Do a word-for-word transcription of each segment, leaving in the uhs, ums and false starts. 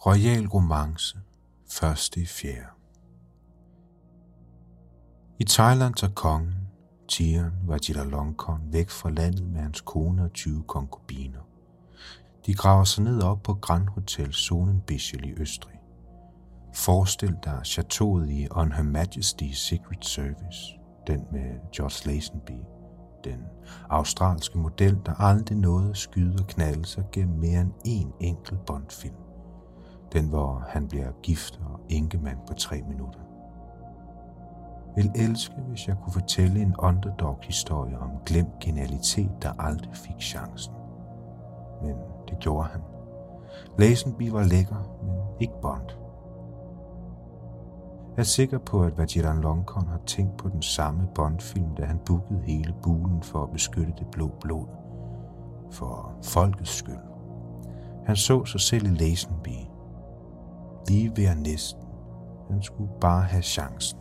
Royal romance, første i fjerde. I Thailand tager kongen, tigeren Vajiralongkorn, væk fra landet med hans kone og tyve konkubiner. De graver sig ned op på Grand Hotel Sonnenbissel i Østrig. Forestil dig chateauet i On Her Majesty's Secret Service, den med George Lazenby, den australske model, der aldrig nåede at skyde og knalde sig gennem mere end én enkelt Bond-film. Den, hvor han bliver gift og enkemand på tre minutter. Vil elske, hvis jeg kunne fortælle en underdog-historie om glemt genialitet, der aldrig fik chancen. Men det gjorde han. Lazenby var lækker, men ikke Bond. Jeg er sikker på, at Vajiralongkorn har tænkt på den samme Bond-film, da han bookede hele bulen for at beskytte det blå blod. For folkets skyld. Han så sig selv i Lazenby. Lige ved næsten. Han skulle bare have chancen.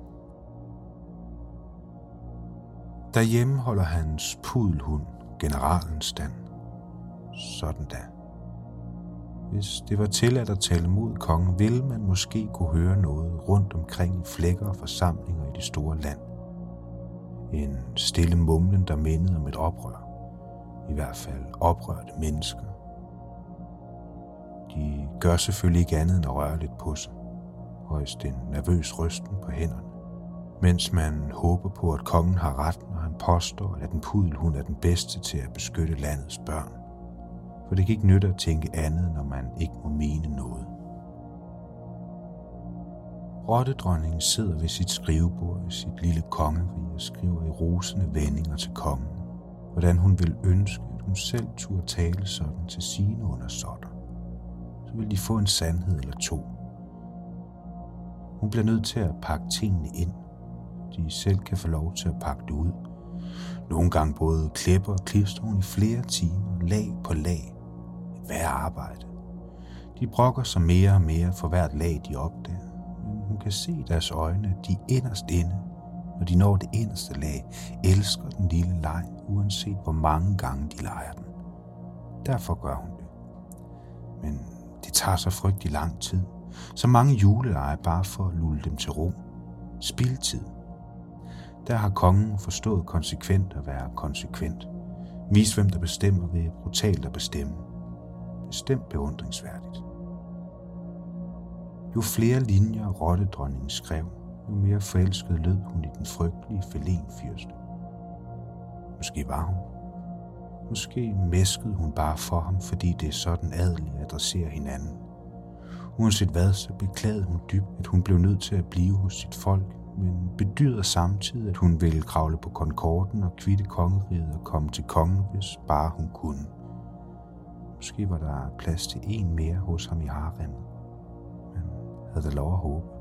Derhjemme holder hans pudelhund, generalen, stand. Sådan da. Hvis det var tilladt at tale mod kongen, ville man måske kunne høre noget rundt omkring i flækker og forsamlinger i det store land. En stille mumlen, der mindede om et oprør. I hvert fald oprørte mennesker. De gør selvfølgelig ikke andet end at røre lidt på sig. Højst en nervøs rysten på hænderne. Mens man håber på, at kongen har ret, når han påstår, at en pudelhund er den bedste til at beskytte landets børn. For det kan ikke nytte at tænke andet, når man ikke må mene noget. Rottedronningen sidder ved sit skrivebord i sit lille kongerige og skriver i rosende vendinger til kongen, hvordan hun vil ønske, at hun selv turde tale sådan til sine undersåtter. Så vil de få en sandhed eller to. Hun bliver nødt til at pakke tingene ind, de selv kan få lov til at pakke det ud. Nogle gange både klipper og klister hun i flere timer, lag på lag. Et værre arbejde. De brokker sig mere og mere for hvert lag, de opdager. Men hun kan se i deres øjne, at de inderst inde, når de når det inderste lag, elsker den lille leg, uanset hvor mange gange de leger den. Derfor gør hun det. Men det tager så frygtelig lang tid. Så mange juleleje bare for at lulle dem til ro. Spildtid. Der har kongen forstået konsekvent at være konsekvent. Vis hvem der bestemmer ved brutalt at bestemme. Bestemt beundringsværdigt. Jo flere linjer rottedronningen skrev, jo mere forelsket lød hun i den frygtelige felenfyrste. Måske var hun. Måske mæskede hun bare for ham, fordi det er sådan adelige adresserer hinanden. Uanset hvad, så beklagede hun dybt, at hun blev nødt til at blive hos sit folk, men bedyrede samtidig, at hun ville kravle på Concorden og kvitte kongeriget og komme til kongen, hvis bare hun kunne. Måske var der plads til en mere hos ham i haremmet, men havde der lov at håbe.